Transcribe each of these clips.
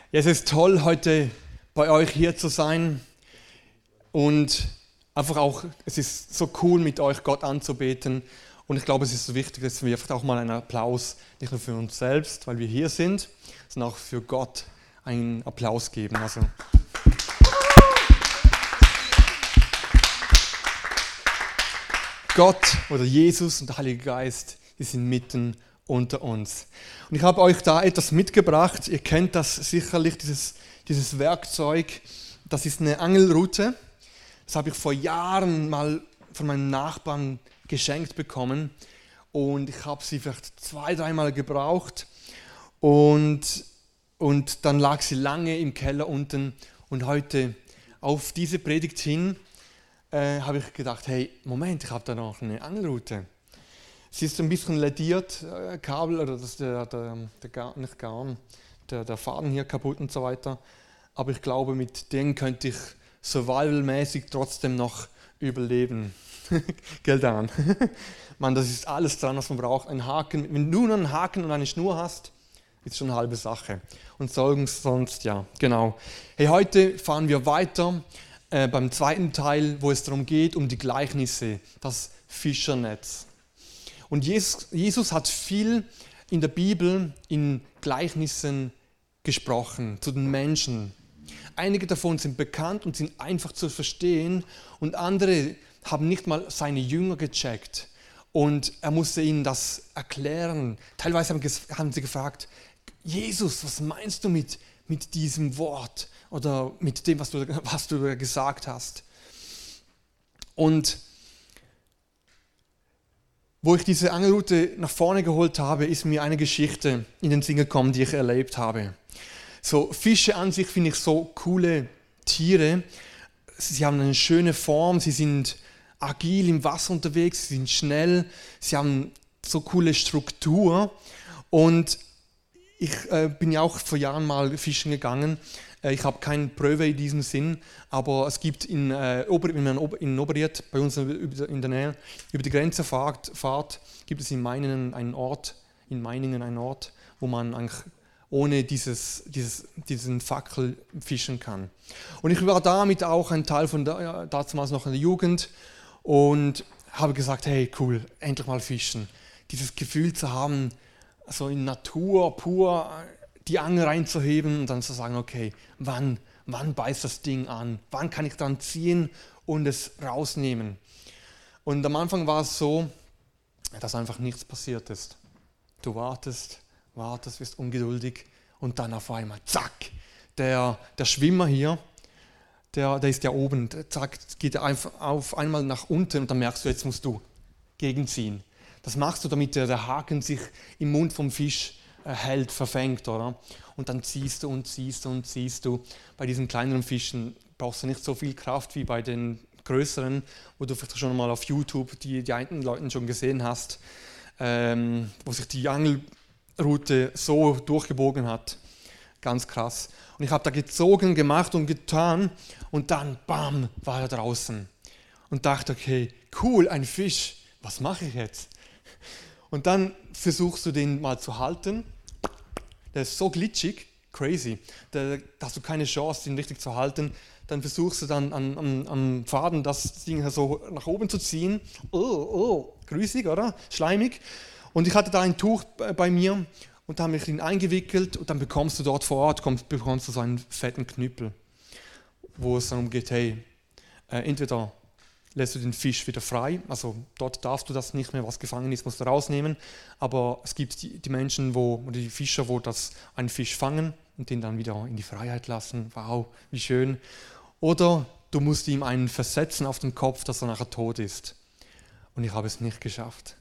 Ja, es ist toll, heute bei euch hier zu sein und einfach auch, es ist so cool, mit euch Gott anzubeten. Und ich glaube, es ist so wichtig, dass wir vielleicht auch mal einen Applaus, nicht nur für uns selbst, weil wir hier sind, sondern auch für Gott einen Applaus geben. Also Gott oder Jesus und der Heilige Geist, die sind mitten unter uns. Und ich habe euch da etwas mitgebracht. Ihr kennt das sicherlich, dieses Werkzeug. Das ist eine Angelrute. Das habe ich vor Jahren mal von meinem Nachbarn geschenkt bekommen. Und ich habe sie vielleicht 2-3 Mal gebraucht. Und dann lag sie lange im Keller unten. Und heute auf diese Predigt hin habe ich gedacht, hey, Moment, ich habe da noch eine Angelrute. Sie ist ein bisschen lediert, Kabel oder nicht Garn, der Faden hier kaputt und so weiter. Aber ich glaube, mit denen könnte ich survivalmäßig trotzdem noch überleben. Gell, Dan? Mann, das ist alles dran, was man braucht. Ein Haken. Wenn du nur einen Haken und eine Schnur hast, ist schon eine halbe Sache. Und sonst, ja, genau. Hey, heute fahren wir weiter beim zweiten Teil, wo es darum geht, um die Gleichnisse, das Fischernetz. Und Jesus hat viel in der Bibel in Gleichnissen gesprochen zu den Menschen. Einige davon sind bekannt und sind einfach zu verstehen und andere haben nicht mal seine Jünger gecheckt. Und er musste ihnen das erklären. Teilweise haben sie gefragt, Jesus, was meinst du mit diesem Wort oder mit dem, was du gesagt hast? Und wo ich diese Angelrute nach vorne geholt habe, ist mir eine Geschichte in den Sinn gekommen, die ich erlebt habe. So, Fische an sich finde ich so coole Tiere. Sie haben eine schöne Form, sie sind agil im Wasser unterwegs, sie sind schnell, sie haben so coole Struktur. Und ich bin ja auch vor Jahren mal fischen gegangen. Ich habe keine Prüfe in diesem Sinn, aber es gibt in Oberried, bei uns in der Nähe, über die Grenze fahrt, gibt es in Meiningen einen Ort, wo man eigentlich ohne diesen Fackel fischen kann. Und ich war damit auch ein Teil von damals noch in der Jugend und habe gesagt, hey cool, endlich mal fischen. Dieses Gefühl zu haben, so in Natur pur die Angel reinzuheben und dann zu sagen, okay, wann beißt das Ding an? Wann kann ich dann ziehen und es rausnehmen? Und am Anfang war es so, dass einfach nichts passiert ist. Du wartest, wirst ungeduldig und dann auf einmal, zack, der Schwimmer hier, der ist ja oben, zack, geht einfach auf einmal nach unten und dann merkst du, jetzt musst du gegenziehen. Das machst du, damit der Haken sich im Mund vom Fisch hält, verfängt, oder? Und dann ziehst du. Bei diesen kleineren Fischen brauchst du nicht so viel Kraft wie bei den größeren, wo du vielleicht schon mal auf YouTube die einen Leuten schon gesehen hast, wo sich die Angelrute so durchgebogen hat. Ganz krass. Und ich habe da gezogen, gemacht und getan und dann, bam, war er draußen. Und dachte, okay, cool, ein Fisch, was mache ich jetzt? Und dann versuchst du den mal zu halten. Der ist so glitschig, crazy. Da hast du keine Chance, den richtig zu halten. Dann versuchst du dann am Faden das Ding so nach oben zu ziehen. Grüßig, oder? Schleimig. Und ich hatte da ein Tuch bei mir und da habe ich ihn eingewickelt und dann bekommst du dort vor Ort bekommst du so einen fetten Knüppel, wo es darum geht, hey, entweder lässt du den Fisch wieder frei, also dort darfst du das nicht mehr, was gefangen ist, musst du rausnehmen, aber es gibt die Menschen, oder die Fischer, wo einen Fisch fangen und den dann wieder in die Freiheit lassen, wow, wie schön. Oder du musst ihm einen versetzen auf den Kopf, dass er nachher tot ist. Und ich habe es nicht geschafft,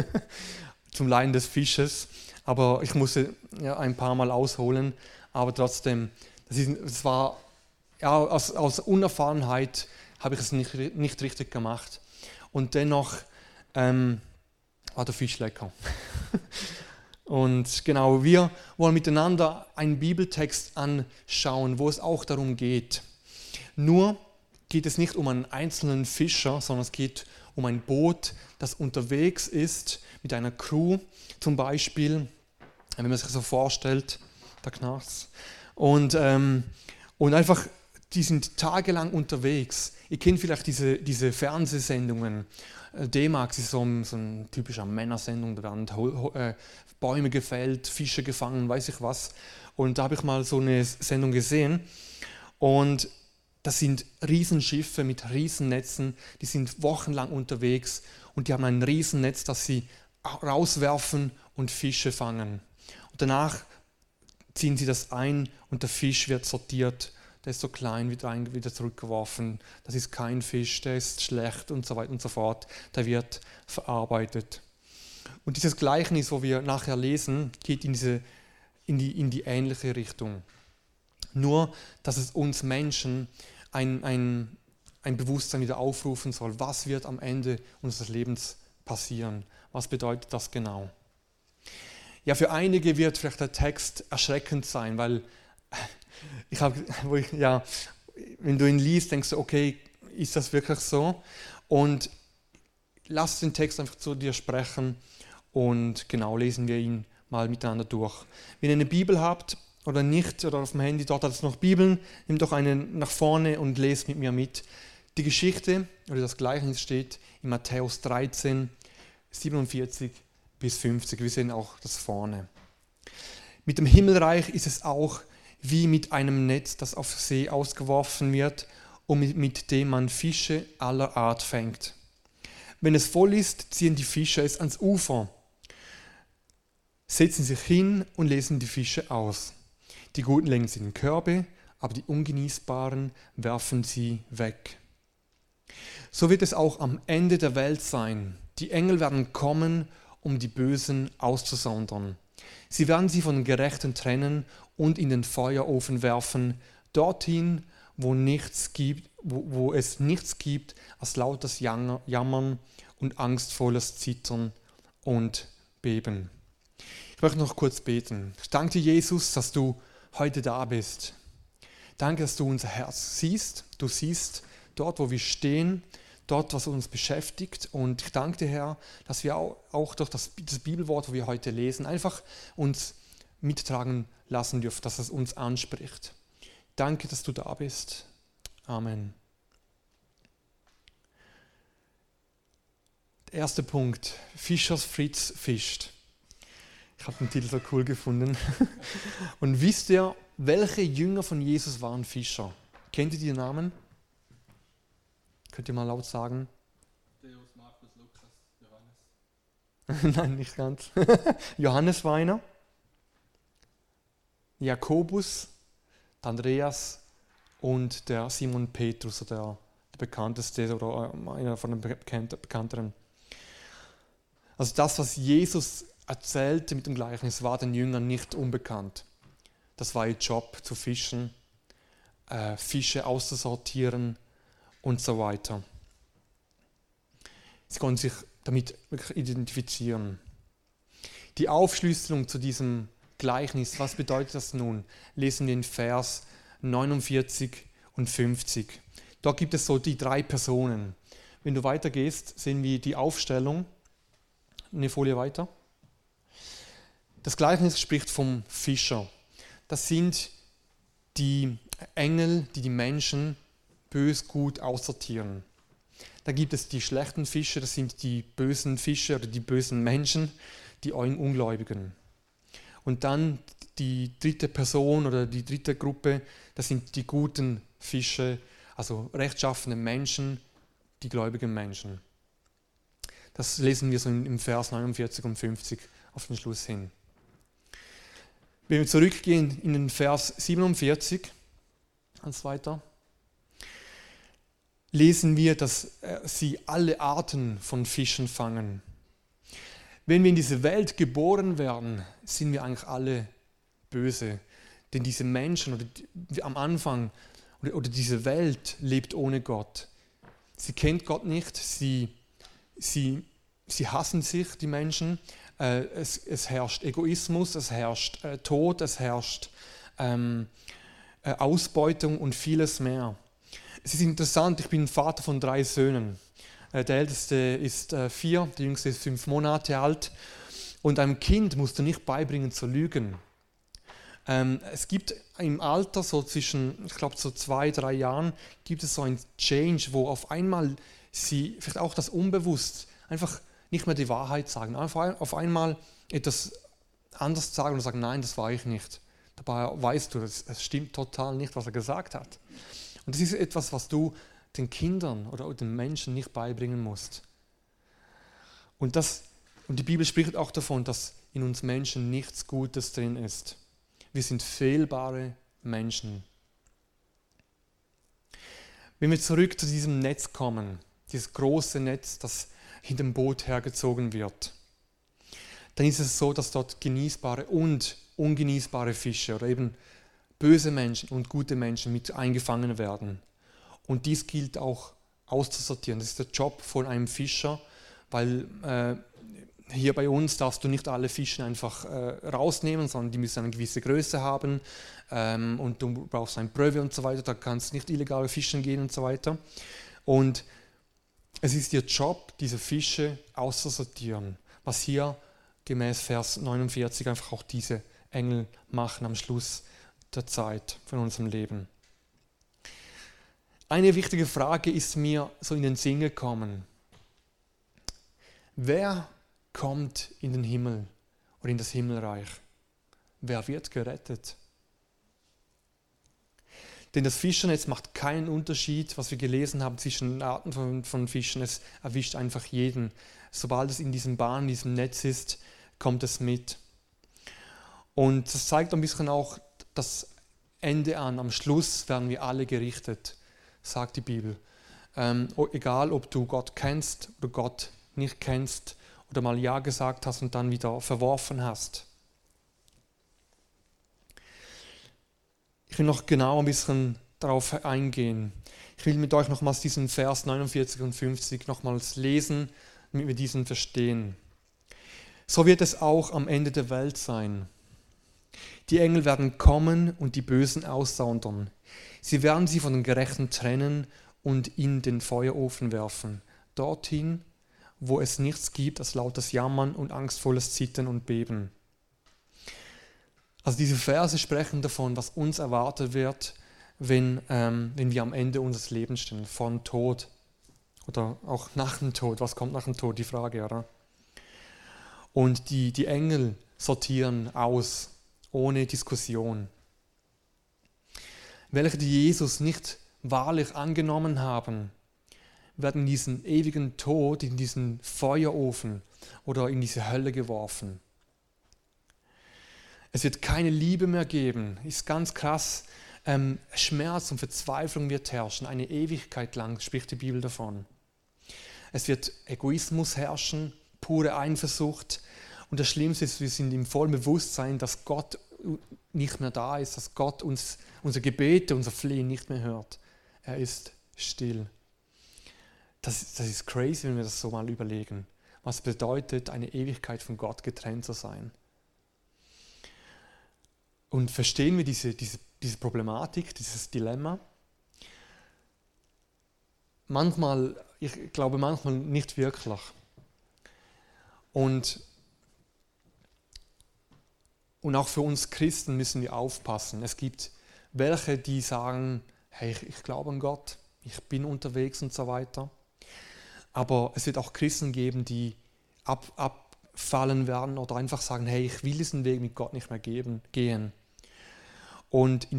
zum Leiden des Fisches, aber ich musste ja ein paar Mal ausholen, aber trotzdem, das war ja, aus Unerfahrenheit, habe ich es nicht richtig gemacht. Und dennoch war der Fisch lecker. Und genau, wir wollen miteinander einen Bibeltext anschauen, wo es auch darum geht. Nur geht es nicht um einen einzelnen Fischer, sondern es geht um ein Boot, das unterwegs ist mit einer Crew. Zum Beispiel, wenn man sich so vorstellt, da knarrt's. Und einfach, die sind tagelang unterwegs. Ihr kennt vielleicht diese Fernsehsendungen. D-Max ist so ein typischer Männersendung, da werden Bäume gefällt, Fische gefangen, weiß ich was. Und da habe ich mal so eine Sendung gesehen. Und das sind Riesenschiffe mit Riesennetzen, die sind wochenlang unterwegs und die haben ein Riesennetz, das sie rauswerfen und Fische fangen. Und danach ziehen sie das ein und der Fisch wird sortiert. Der ist so klein, wird wieder zurückgeworfen. Das ist kein Fisch, der ist schlecht und so weiter und so fort. Der wird verarbeitet. Und dieses Gleichnis, wo wir nachher lesen, geht in die ähnliche Richtung. Nur, dass es uns Menschen ein Bewusstsein wieder aufrufen soll. Was wird am Ende unseres Lebens passieren? Was bedeutet das genau? Ja, für einige wird vielleicht der Text erschreckend sein, weil wenn du ihn liest, denkst du, okay, ist das wirklich so? Und lass den Text einfach zu dir sprechen und genau lesen wir ihn mal miteinander durch. Wenn ihr eine Bibel habt oder nicht, oder auf dem Handy, dort hat es noch Bibeln, nehmt doch eine nach vorne und lest mit mir mit. Die Geschichte oder das Gleichnis steht in Matthäus 13, 47 bis 50. Wir sehen auch das vorne. Mit dem Himmelreich ist es auch wie mit einem Netz, das auf See ausgeworfen wird und mit dem man Fische aller Art fängt. Wenn es voll ist, ziehen die Fischer es ans Ufer, setzen sich hin und lesen die Fische aus. Die Guten legen sie in Körbe, aber die Ungenießbaren werfen sie weg. So wird es auch am Ende der Welt sein. Die Engel werden kommen, um die Bösen auszusondern. Sie werden sie von den Gerechten trennen und in den Feuerofen werfen, dorthin, wo es nichts gibt als lautes Jammern und angstvolles Zittern und Beben. Ich möchte noch kurz beten. Ich danke dir, Jesus, dass du heute da bist. Danke, dass du unser Herz siehst. Du siehst dort, wo wir stehen, dort, was uns beschäftigt. Und ich danke dir, Herr, dass wir auch durch das Bibelwort, wo wir heute lesen, einfach uns mittragen lassen dürfen, dass es uns anspricht. Danke, dass du da bist. Amen. Der erste Punkt. Fischers Fritz fischt. Ich habe den Titel so cool gefunden. Und wisst ihr, welche Jünger von Jesus waren Fischer? Kennt ihr die Namen? Könnt ihr mal laut sagen? Matthäus, Markus, Lukas, Johannes. Nein, nicht ganz. Johannes war einer. Jakobus, Andreas und der Simon Petrus, der bekannteste oder einer von den bekannteren. Also das, was Jesus erzählte mit dem Gleichnis, war den Jüngern nicht unbekannt. Das war ihr Job, zu fischen, Fische auszusortieren und so weiter. Sie konnten sich damit wirklich identifizieren. Die Aufschlüsselung zu diesem Gleichnis, was bedeutet das nun? Lesen wir in Vers 49 und 50. Dort gibt es so die 3 Personen. Wenn du weitergehst, sehen wir die Aufstellung. Eine Folie weiter. Das Gleichnis spricht vom Fischer. Das sind die Engel, die die Menschen bös gut aussortieren. Da gibt es die schlechten Fische, das sind die bösen Fische oder die bösen Menschen, die Ungläubigen. Und dann die dritte Person oder die dritte Gruppe, das sind die guten Fische, also rechtschaffene Menschen, die gläubigen Menschen. Das lesen wir so im Vers 49 und 50 auf den Schluss hin. Wenn wir zurückgehen in den Vers 47, als weiter, lesen wir, dass sie alle Arten von Fischen fangen. Wenn wir in diese Welt geboren werden, sind wir eigentlich alle böse. Denn diese Menschen am Anfang oder diese Welt lebt ohne Gott. Sie kennt Gott nicht, sie hassen sich, die Menschen. Es herrscht Egoismus, es herrscht Tod, es herrscht Ausbeutung und vieles mehr. Es ist interessant, ich bin Vater von 3 Söhnen. Der älteste ist 4, der jüngste ist 5 Monate alt. Und einem Kind musst du nicht beibringen zu lügen. Es gibt im Alter, so zwischen, ich glaube, so 2, 3 Jahren, gibt es so ein Change, wo auf einmal sie vielleicht auch das unbewusst einfach nicht mehr die Wahrheit sagen. Einfach auf einmal etwas anders sagen und sagen, nein, das war ich nicht. Dabei weißt du, es stimmt total nicht, was er gesagt hat. Und das ist etwas, was du den Kindern oder den Menschen nicht beibringen musst. Und die Bibel spricht auch davon, dass in uns Menschen nichts Gutes drin ist. Wir sind fehlbare Menschen. Wenn wir zurück zu diesem Netz kommen, dieses große Netz, das hinter dem Boot hergezogen wird, dann ist es so, dass dort genießbare und ungenießbare Fische oder eben böse Menschen und gute Menschen mit eingefangen werden. Und dies gilt auch auszusortieren. Das ist der Job von einem Fischer, weil hier bei uns darfst du nicht alle Fische einfach rausnehmen, sondern die müssen eine gewisse Größe haben und du brauchst eine Prüfe und so weiter, da kannst du nicht illegal fischen gehen und so weiter. Und es ist ihr Job, diese Fische auszusortieren, was hier gemäß Vers 49 einfach auch diese Engel machen am Schluss der Zeit von unserem Leben. Eine wichtige Frage ist mir so in den Sinn gekommen. Wer kommt in den Himmel oder in das Himmelreich? Wer wird gerettet? Denn das Fischernetz macht keinen Unterschied, was wir gelesen haben, zwischen Arten von Fischen. Es erwischt einfach jeden. Sobald es in diesem Bahn, in diesem Netz ist, kommt es mit. Und das zeigt ein bisschen auch das Ende an. Am Schluss werden wir alle gerichtet, sagt die Bibel. Egal, ob du Gott kennst oder Gott nicht kennst oder mal Ja gesagt hast und dann wieder verworfen hast. Ich will noch genau ein bisschen darauf eingehen. Ich will mit euch nochmals diesen Vers 49 und 50 nochmals lesen, damit wir diesen verstehen. So wird es auch am Ende der Welt sein. Die Engel werden kommen und die Bösen aussondern. Sie werden sie von den Gerechten trennen und in den Feuerofen werfen. Dorthin, wo es nichts gibt als lautes Jammern und angstvolles Zittern und Beben. Also diese Verse sprechen davon, was uns erwartet wird, wenn wir am Ende unseres Lebens stehen, von Tod oder auch nach dem Tod. Was kommt nach dem Tod? Die Frage, oder? Und die Engel sortieren aus, ohne Diskussion. Welche die Jesus nicht wahrlich angenommen haben, werden in diesen ewigen Tod, in diesen Feuerofen oder in diese Hölle geworfen. Es wird keine Liebe mehr geben, ist ganz krass. Schmerz und Verzweiflung wird herrschen, eine Ewigkeit lang spricht die Bibel davon. Es wird Egoismus herrschen, pure Eifersucht. Und das Schlimmste ist, wir sind im vollen Bewusstsein, dass Gott nicht mehr da ist, dass Gott uns unsere Gebete, unser Flehen nicht mehr hört. Er ist still. Das ist crazy, wenn wir das so mal überlegen. Was bedeutet, eine Ewigkeit von Gott getrennt zu sein? Und verstehen wir diese Problematik, dieses Dilemma? Manchmal, ich glaube manchmal nicht wirklich. Und auch für uns Christen müssen wir aufpassen. Es gibt welche, die sagen, hey, ich glaube an Gott, ich bin unterwegs und so weiter. Aber es wird auch Christen geben, die abfallen werden oder einfach sagen, hey, ich will diesen Weg mit Gott nicht mehr gehen. Und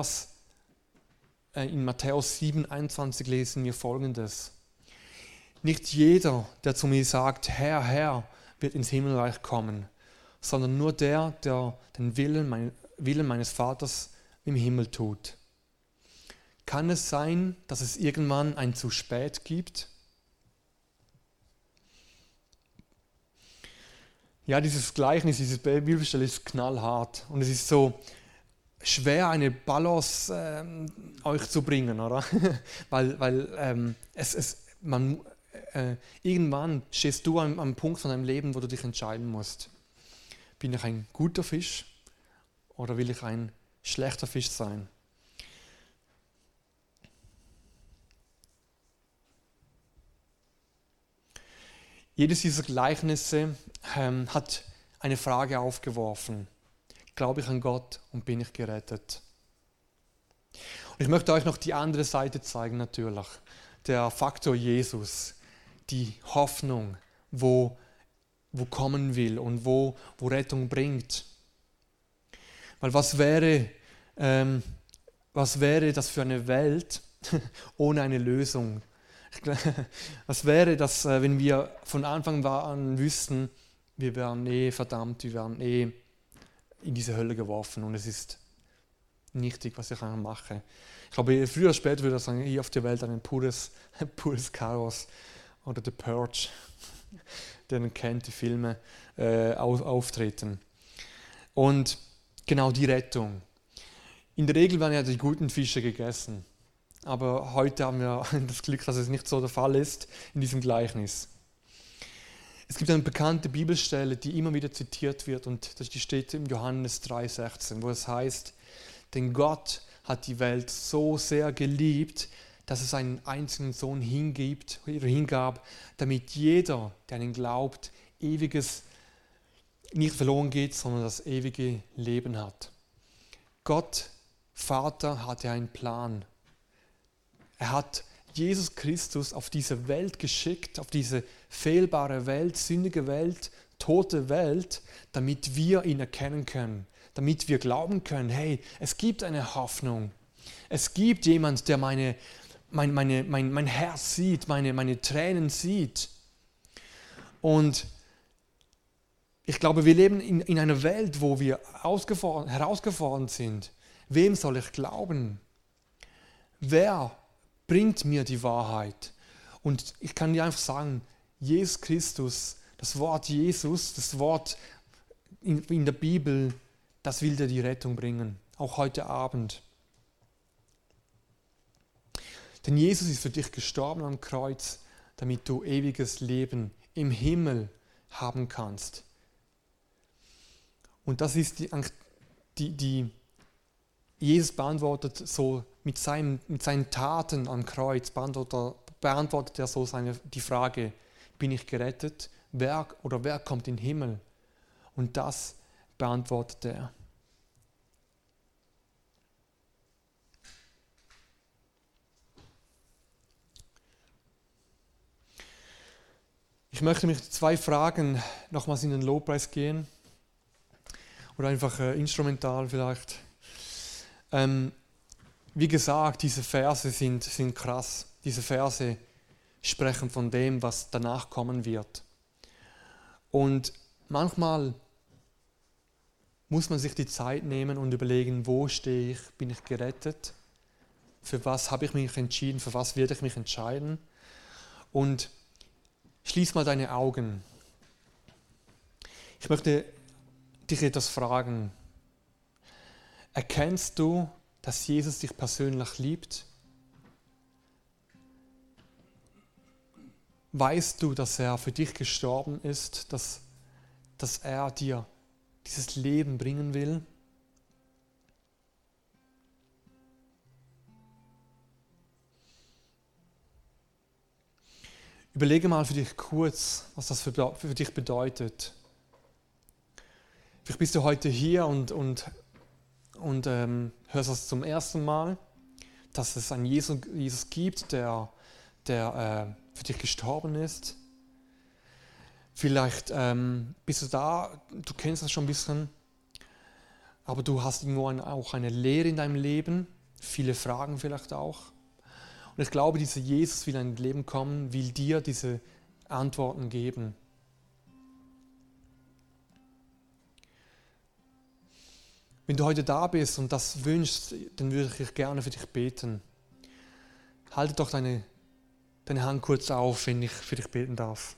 in Matthäus 7,21 lesen wir Folgendes. Nicht jeder, der zu mir sagt, Herr, Herr, wird ins Himmelreich kommen, sondern nur der den Willen meines Vaters im Himmel tut. Kann es sein, dass es irgendwann ein zu spät gibt? Ja, dieses Gleichnis, diese Bibelstelle ist knallhart und es ist so schwer, eine Balance euch zu bringen, oder? weil irgendwann stehst du am Punkt von deinem Leben, wo du dich entscheiden musst. Bin ich ein guter Fisch oder will ich ein schlechter Fisch sein? Jedes dieser Gleichnisse hat eine Frage aufgeworfen. glaube ich an Gott und bin ich gerettet. Und ich möchte euch noch die andere Seite zeigen natürlich. Der Faktor Jesus, die Hoffnung, wo kommen will und wo Rettung bringt. Weil was wäre das für eine Welt ohne eine Lösung? Was wäre das, wenn wir von Anfang an wüssten, wir wären verdammt, wir wären in diese Hölle geworfen und es ist nichtig, was ich mache. Ich glaube, früher oder später würde ich sagen, hier auf der Welt ein pures Chaos oder The Purge, der man kennt, die Filme auftreten. Und genau die Rettung. In der Regel werden ja die guten Fische gegessen. Aber heute haben wir das Glück, dass es nicht so der Fall ist in diesem Gleichnis. Es gibt eine bekannte Bibelstelle, die immer wieder zitiert wird und die steht im Johannes 3,16, wo es heißt, denn Gott hat die Welt so sehr geliebt, dass es einen einzigen Sohn hingab, damit jeder, der an ihn glaubt, ewiges nicht verloren geht, sondern das ewige Leben hat. Gott, Vater, hatte einen Plan. Er hat Jesus Christus auf diese Welt geschickt, auf diese fehlbare Welt, sündige Welt, tote Welt, damit wir ihn erkennen können, damit wir glauben können, hey, es gibt eine Hoffnung. Es gibt jemand, der mein Herz sieht, meine Tränen sieht. Und ich glaube, wir leben in einer Welt, wo wir herausgefordert sind. Wem soll ich glauben? Wer bringt mir die Wahrheit? Und ich kann dir einfach sagen, Jesus Christus, das Wort Jesus, das Wort in der Bibel, das will dir die Rettung bringen, auch heute Abend. Denn Jesus ist für dich gestorben am Kreuz, damit du ewiges Leben im Himmel haben kannst. Und das ist die Jesus beantwortet so mit seinen Taten am Kreuz, beantwortet er so die Frage, bin ich gerettet? Wer kommt in den Himmel? Und das beantwortet er. Ich möchte mit 2 Fragen nochmals in den Lobpreis gehen. Oder einfach instrumental vielleicht. Wie gesagt, diese Verse sind krass. Diese Verse sprechen von dem, was danach kommen wird. Und manchmal muss man sich die Zeit nehmen und überlegen, wo stehe ich, bin ich gerettet, für was habe ich mich entschieden, für was werde ich mich entscheiden. Und schließ mal deine Augen. Ich möchte dich etwas fragen. Erkennst du, dass Jesus dich persönlich liebt? Weißt du, dass er für dich gestorben ist, dass er dir dieses Leben bringen will? Überlege mal für dich kurz, was das für dich bedeutet. Vielleicht bist du heute hier und hörst das zum ersten Mal, dass es einen Jesus gibt, der für dich gestorben ist. Vielleicht bist du da, du kennst das schon ein bisschen, aber du hast irgendwo auch eine Leere in deinem Leben, viele Fragen vielleicht auch. Und ich glaube, dieser Jesus will in dein Leben kommen, will dir diese Antworten geben. Wenn du heute da bist und das wünschst, dann würde ich gerne für dich beten. Halte doch deine Hand kurz auf, wenn ich für dich beten darf.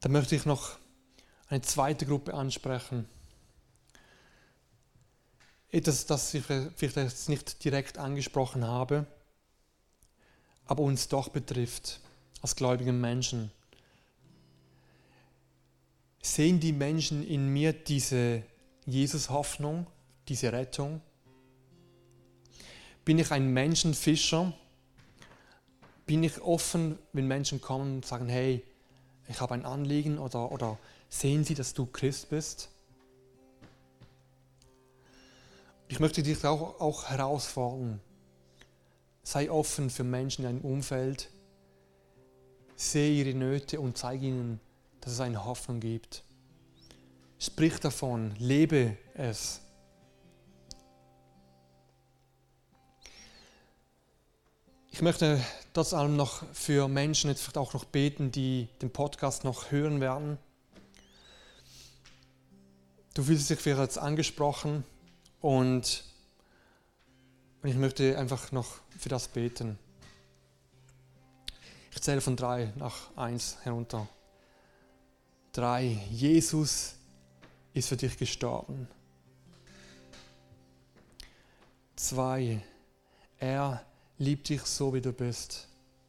Dann möchte ich noch eine zweite Gruppe ansprechen. Etwas, das ich vielleicht jetzt nicht direkt angesprochen habe, aber uns doch betrifft, als gläubigen Menschen. Sehen die Menschen in mir diese Jesus-Hoffnung, diese Rettung? Bin ich ein Menschenfischer? Bin ich offen, wenn Menschen kommen und sagen, hey, ich habe ein Anliegen, oder sehen sie, dass du Christ bist? Ich möchte dich auch herausfordern. Sei offen für Menschen in deinem Umfeld. Sehe ihre Nöte und zeige ihnen, dass es eine Hoffnung gibt. Sprich davon, lebe es. Ich möchte trotz allem noch für Menschen jetzt vielleicht auch noch beten, die den Podcast noch hören werden. Du fühlst dich vielleicht jetzt angesprochen und ich möchte einfach noch für das beten. Ich zähle von 3 nach 1 herunter. 3. Jesus ist für dich gestorben. 2. Er liebt dich so, wie du bist.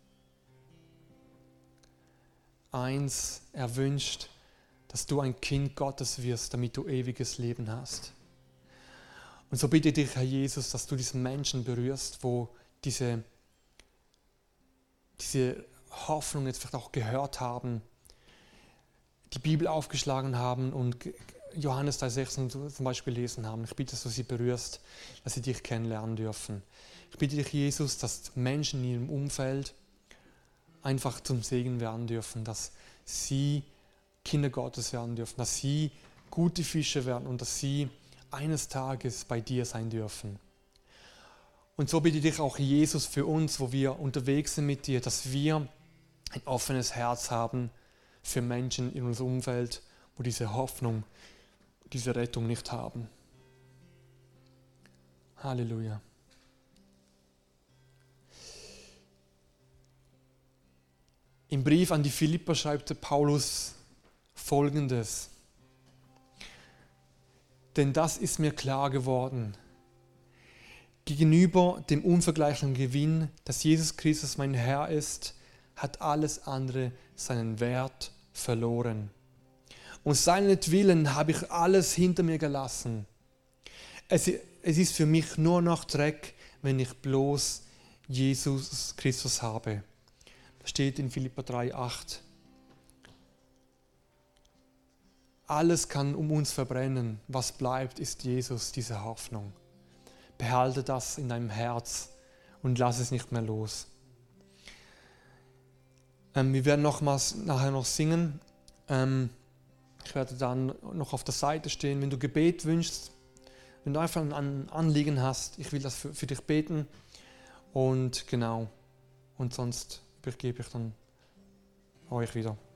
1. Er wünscht, dass du ein Kind Gottes wirst, damit du ewiges Leben hast. Und so bitte ich dich, Herr Jesus, dass du diesen Menschen berührst, wo diese Hoffnung jetzt vielleicht auch gehört haben, die Bibel aufgeschlagen haben und Johannes 3,16 zum Beispiel gelesen haben. Ich bitte, dass du sie berührst, dass sie dich kennenlernen dürfen. Ich bitte dich, Jesus, dass Menschen in ihrem Umfeld einfach zum Segen werden dürfen, dass sie Kinder Gottes werden dürfen, dass sie gute Fische werden und dass sie eines Tages bei dir sein dürfen. Und so bitte ich dich auch, Jesus, für uns, wo wir unterwegs sind mit dir, dass wir ein offenes Herz haben für Menschen in unserem Umfeld, wo diese Hoffnung, diese Rettung nicht haben. Halleluja. Im Brief an die Philipper schreibt Paulus Folgendes: Denn das ist mir klar geworden. Gegenüber dem unvergleichlichen Gewinn, dass Jesus Christus mein Herr ist, hat alles andere seinen Wert verloren. Um seinetwillen habe ich alles hinter mir gelassen. Es ist für mich nur noch Dreck, wenn ich bloß Jesus Christus habe. Das steht in Philipper 3,8. Alles kann um uns verbrennen. Was bleibt, ist Jesus, diese Hoffnung. Behalte das in deinem Herz und lass es nicht mehr los. Wir werden nochmals nachher noch singen. Ich werde dann noch auf der Seite stehen. Wenn du Gebet wünschst, wenn du einfach ein Anliegen hast, ich will das für dich beten. Und genau. Und sonst übergebe ich dann euch wieder.